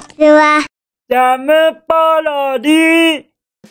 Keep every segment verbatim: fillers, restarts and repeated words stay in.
ちは。 ジャムパロディ。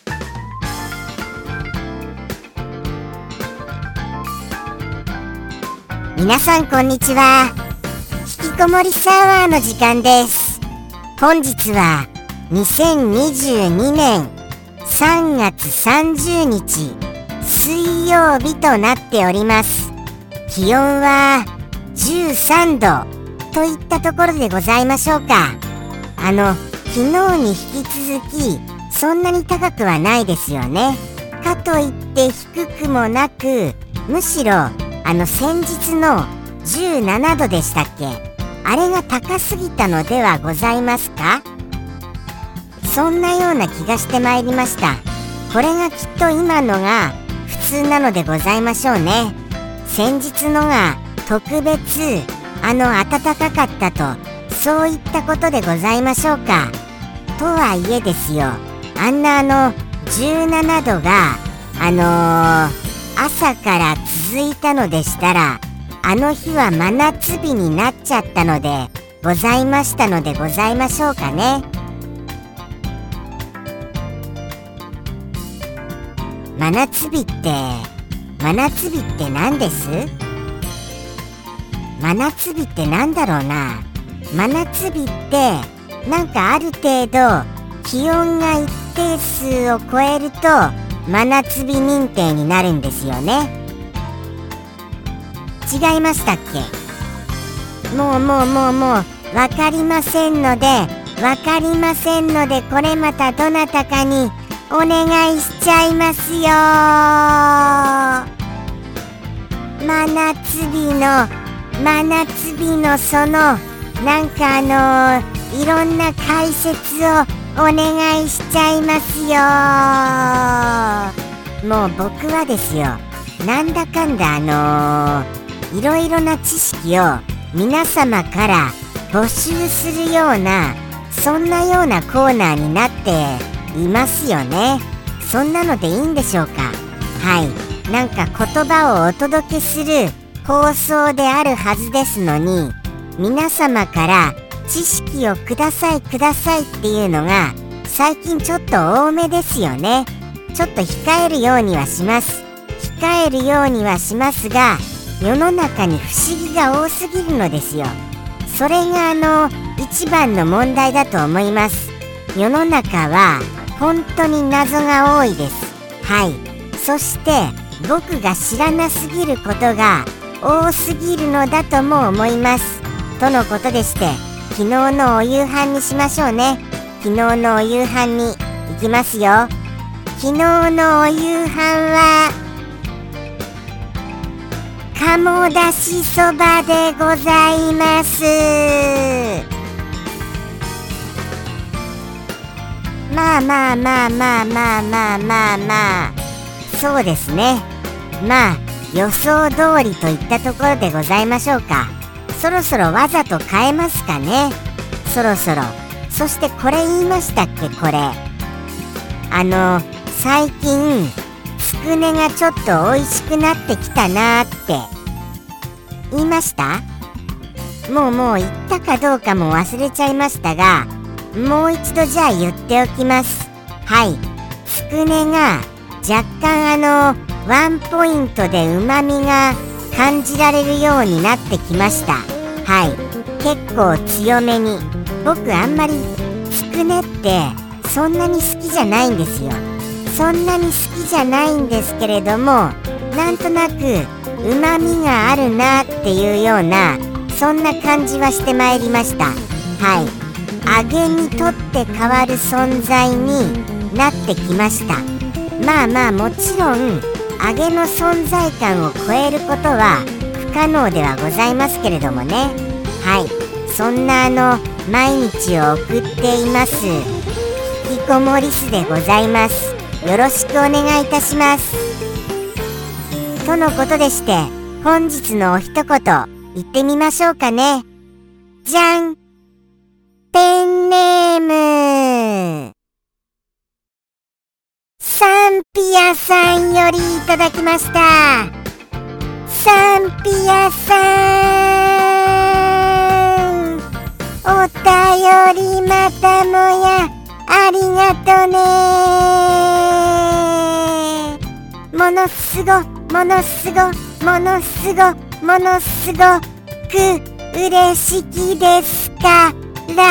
皆さんこんにちは。引きこもりサワーの時間です。本日はにせんにじゅうにねんさんがつさんじゅうにち水曜日となっております。気温はじゅうさんどといったところでございましょうか。あの昨日に引き続きそんなに高くはないですよね。かといって低くもなく、むしろあの先日のじゅうななどでしたっけ、あれが高すぎたのではございますか。そんなような気がしてまいりました。これがきっと今のが普通なのでございましょうね。先日のが特別あの暖かかったと、そういったことでございましょうか。とはいえですよ、あんなあのじゅうななどがあのー、朝から続いたのでしたら、あの日は真夏日になっちゃったのでございましたのでございましょうかね。真夏日って真夏日って何です？真夏日ってなんだろうな。真夏日ってなんかある程度気温が一定数を超えると真夏日認定になるんですよね。違いましたっけ？もうもうもうもうわかりませんのでわかりませんのでこれまたどなたかにお願いしちゃいますよ。真夏日の真夏日のそのなんかあのー、いろんな解説をお願いしちゃいますよ。もう僕はですよ、なんだかんだあのー、いろいろな知識を皆様から募集するようなそんなようなコーナーになっていますよね。そんなのでいいんでしょうか。はい、なんか言葉をお届けする放送であるはずですのに、皆様から知識をくださいくださいっていうのが最近ちょっと多めですよね。ちょっと控えるようにはします控えるようにはしますが、世の中に不思議が多すぎるのですよ。それがあの一番の問題だと思います。世の中は本当に謎が多いです。はい、そして僕が知らなすぎることが多すぎるのだとも思いますとのことでして、昨日のお夕飯にしましょうね。昨日のお夕飯に行きますよ。昨日のお夕飯は鴨だしそばでございます。まあまあまあまあまあまあまあまあそうですね。まあ予想通りといったところでございましょうか。そろそろわざと変えますかね。そろそろ。そしてこれ言いましたっけ、これあの最近つくねがちょっと美味しくなってきたなーって言いました？もうもう言ったかどうかも忘れちゃいましたが、もう一度じゃあ言っておきます。はい、つくねが若干あのワンポイントでうまみが感じられるようになってきました。はい、結構強めに。僕あんまりつくねってそんなに好きじゃないんですよ。そんなに好きじゃないんですけれども、なんとなくうまみがあるなっていうようなそんな感じはしてまいりました。はい、揚げにとって変わる存在になってきました。まあまあもちろん揚げの存在感を超えることは不可能ではございますけれどもね。はい、そんなあの毎日を送っています引きこもりすでございます。よろしくお願いいたしますとのことでして、本日のお一言言ってみましょうかね。じゃん、ペンネームサンピアさんよりいただきました。サンピアさん、お便よりまたもやありがとね。ものすごものすごものすごものすごく嬉しきですから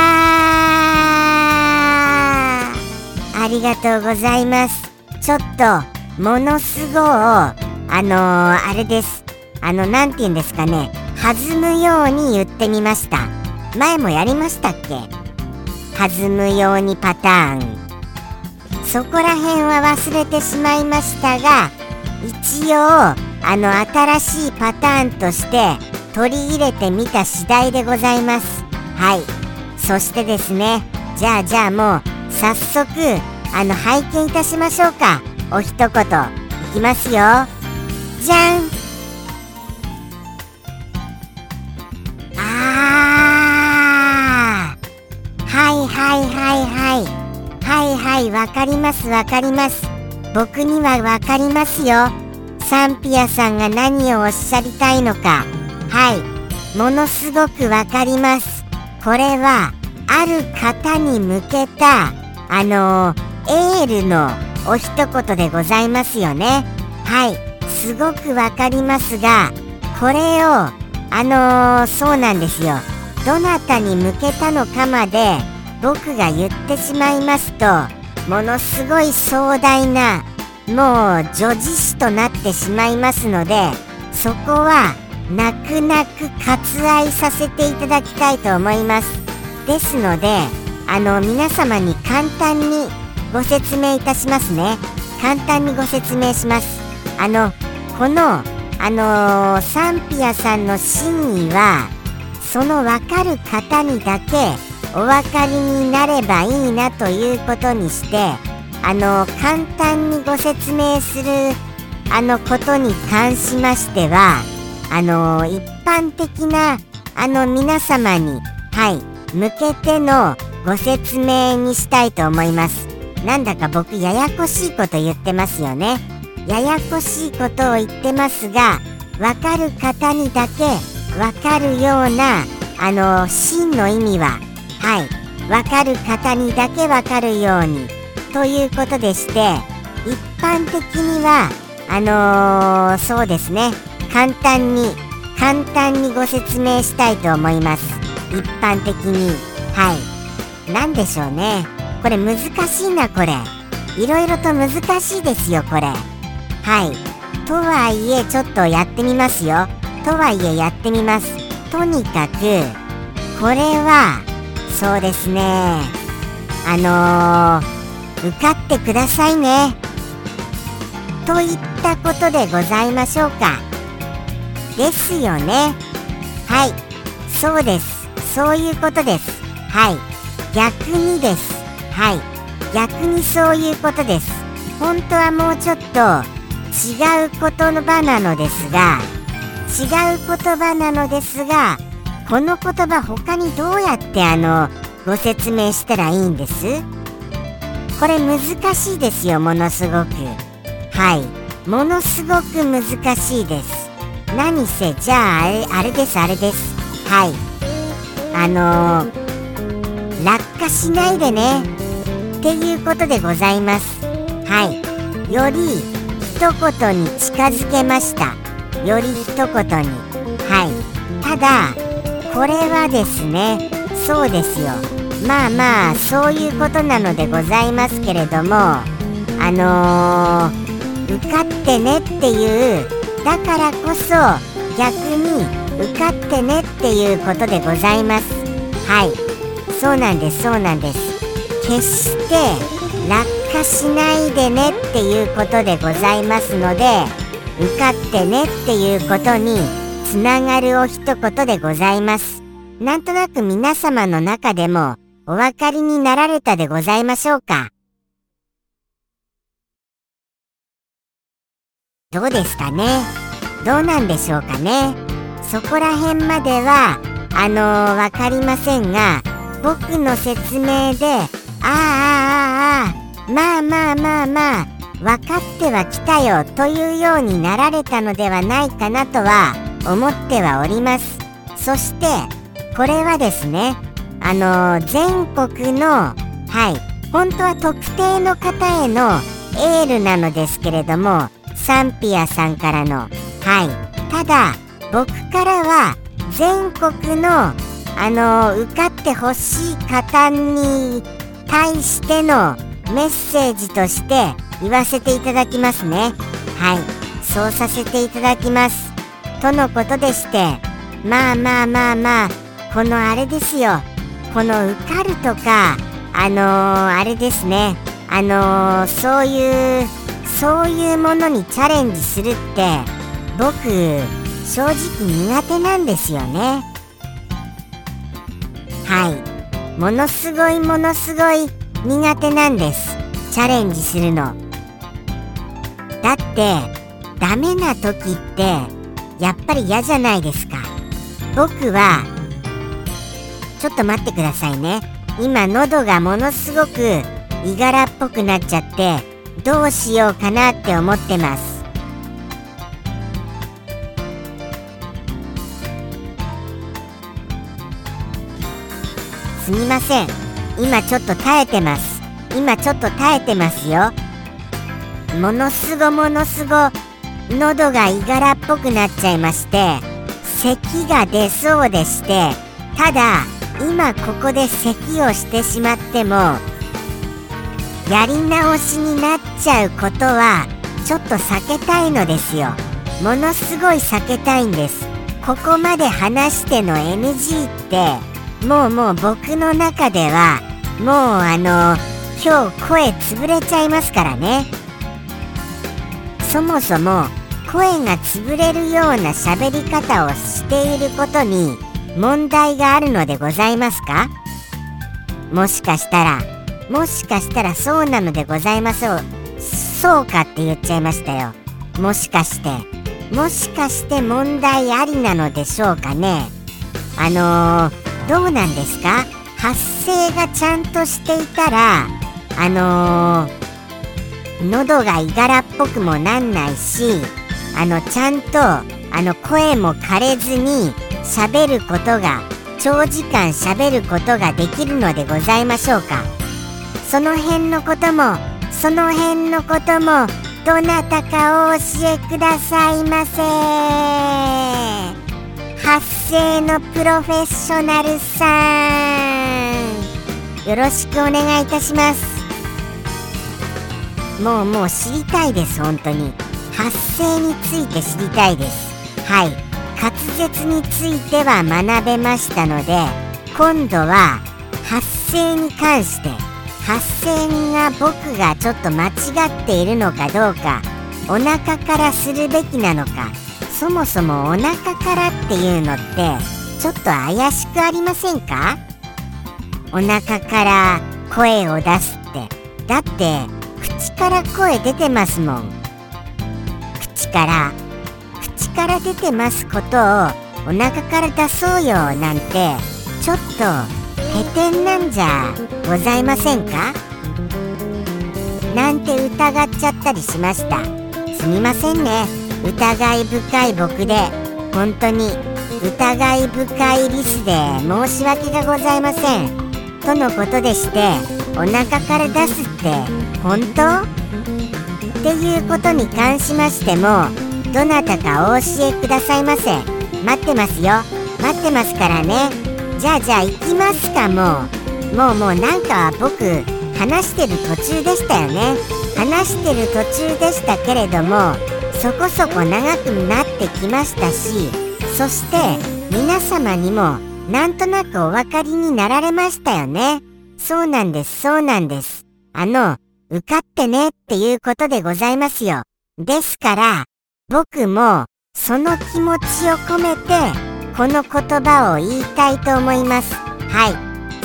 ありがとうございます。ちょっとものすごをあのー、あれですあのなんて言うんですかね、弾むように言ってみました。前もやりましたっけ、弾むようにパターン。そこら辺は忘れてしまいましたが、一応あの新しいパターンとして取り入れてみた次第でございます。はい。そしてですね、じゃあじゃあもう早速あの拝見いたしましょうか。お一言いきますよ。じゃん。あー、はいはいはいはいはいはい、わかりますわかります。僕にはわかりますよ、サンピアさんが何をおっしゃりたいのか。はい、ものすごくわかります。これはある方に向けたあのー、エールのお一言でございますよね。はい、すごくわかりますが、これをあのー、そうなんですよ、どなたに向けたのかまで僕が言ってしまいますと、ものすごい壮大なもう叙事詩となってしまいますので、そこは泣く泣く割愛させていただきたいと思います。ですのであの皆様に簡単にご説明いたしますね。簡単にご説明します。あのこのあのー、サンピアさんの真意はその分かる方にだけお分かりになればいいなということにして、あのー、簡単にご説明するあのことに関しましては、あのー、一般的なあの皆様にはい向けてのご説明にしたいと思います。なんだか僕ややこしいこと言ってますよね。ややこしいことを言ってますが、わかる方にだけわかるようなあの真の意味ははいわかる方にだけわかるようにということでして、一般的にはあのー、そうですね、簡単に簡単にご説明したいと思います。一般的にはいなんでしょうね、これ難しいな、これいろいろと難しいですよこれ。はいとはいえちょっとやってみますよ。とはいえやってみます。とにかくこれはそうですね、あのー、受かってくださいねといったことでございましょうか。ですよね。はいそうです、そういうことです。はい逆にです。はい逆にそういうことです。本当はもうちょっと違う言葉なのですが違う言葉なのですがこの言葉他にどうやってあのご説明したらいいんです？これ難しいですよ、ものすごく。はいものすごく難しいです。何せじゃああれ、あれですあれです。はいあのー、落下しないでねっていうことでございます。はいより一言に近づけました。より一言に。はいただこれはですね、そうですよ、まあまあそういうことなのでございますけれども、あのー、受かってねっていう、だからこそ逆に受かってねっていうことでございます。はいそうなんですそうなんです。決して落下しないでねっていうことでございますので、受かってねっていうことにつながるお一言でございます。なんとなく皆様の中でもお分かりになられたでございましょうか。どうですかね、どうなんでしょうかね。そこら辺まではあのー、わかりませんが、僕の説明でああああああまあまあまあまあ分かってはきたよというようになられたのではないかなとは思ってはおります。そしてこれはですね、 あのー、全国の、はい、本当は特定の方へのエールなのですけれども、サンピアさんからの、はい、ただ僕からは全国の、あのー、受かってほしい方に対してのメッセージとして言わせていただきますね。はい、そうさせていただきますとのことでして、まあまあまあまあ、このあれですよ、この受かるとか、あのー、あれですね、あのー、そういうそういうものにチャレンジするって僕正直苦手なんですよね。はい、ものすごいものすごい苦手なんです、チャレンジするの。だってダメな時ってやっぱり嫌じゃないですか。僕はちょっと待ってくださいね、今喉がものすごくいがらっぽくなっちゃってどうしようかなって思ってます。すみません、今ちょっと耐えてます。今ちょっと耐えてますよ。ものすごものすご喉がいがらっぽくなっちゃいまして、咳が出そうでして、ただ今ここで咳をしてしまってもやり直しになっちゃうことはちょっと避けたいのですよ。ものすごい避けたいんです。ここまで話しての エヌジー ってもうもう僕の中ではもうあの今日声潰れちゃいますからね。そもそも声が潰れるような喋り方をしていることに問題があるのでございますか？もしかしたらもしかしたらそうなのでございますよ。そうかって言っちゃいましたよ。もしかしてもしかして問題ありなのでしょうかね。あのー、どうなんですか？発声がちゃんとしていたらあのー、喉がいがらっぽくもなんないし、あのちゃんとあの声も枯れずに喋ることが長時間喋ることができるのでございましょうか。その辺のこともその辺のこともどなたかお教えくださいませ。発声のプロフェッショナルさん、よろしくお願いいたします。もうもう知りたいです。本当に発声について知りたいです。はい、滑舌については学べましたので、今度は発声に関して発声が僕がちょっと間違っているのかどうか、お腹からするべきなのか、そもそもお腹からっていうのってちょっと怪しくありませんか？お腹から声を出すって、だって口から声出てますもん。口から口から出てますことをお腹から出そうよなんてちょっとへてんなんじゃございませんか？なんて疑っちゃったりしました。すみませんね、疑い深い僕で本当に疑い深いリスで申し訳がございませんとのことでして、お腹から出すって本当？っていうことに関しましてもどなたかお教えくださいませ。待ってますよ、待ってますからね。じゃあじゃあ行きますか。もうもうもうなんか僕話してる途中でしたよね。話してる途中でしたけれども、そこそこ長くなってきましたし、そして皆様にもなんとなくお分かりになられましたよね。そうなんですそうなんです。あの受かってねっていうことでございますよ。ですから僕もその気持ちを込めてこの言葉を言いたいと思います。はい、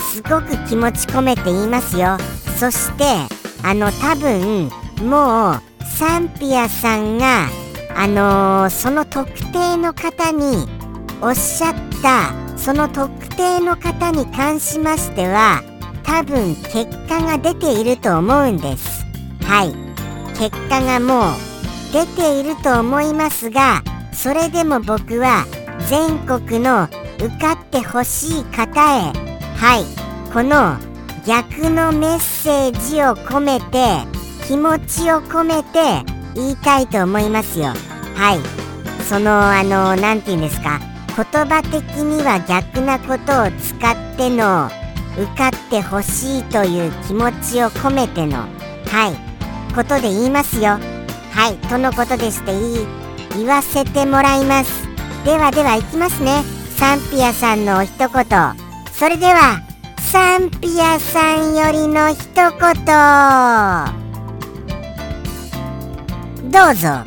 すごく気持ち込めて言いますよ。そしてあの多分もうサンピアさんがあのー、その特定の方におっしゃったその特定の方に関しましては多分結果が出ていると思うんです。はい、結果がもう出ていると思いますが、それでも僕は全国の受かってほしい方へはい、この逆のメッセージを込めて、気持ちを込めて言いたいと思いますよ。はい、そのあのなんて言うんですか、言葉的には逆なことを使っての受かってほしいという気持ちを込めての、はいことで言いますよ。はい、とのことでしていい言わせてもらいます。ではではいきますね。サンピアさんのお一言。それではサンピアさんよりの一言どうぞ。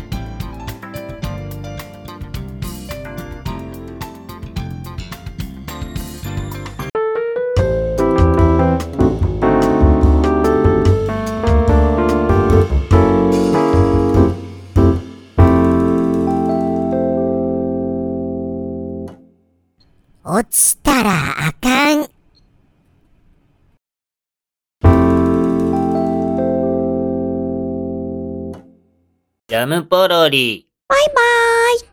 落ちたらあかん。 ジャムポロリ。 バイバーイ。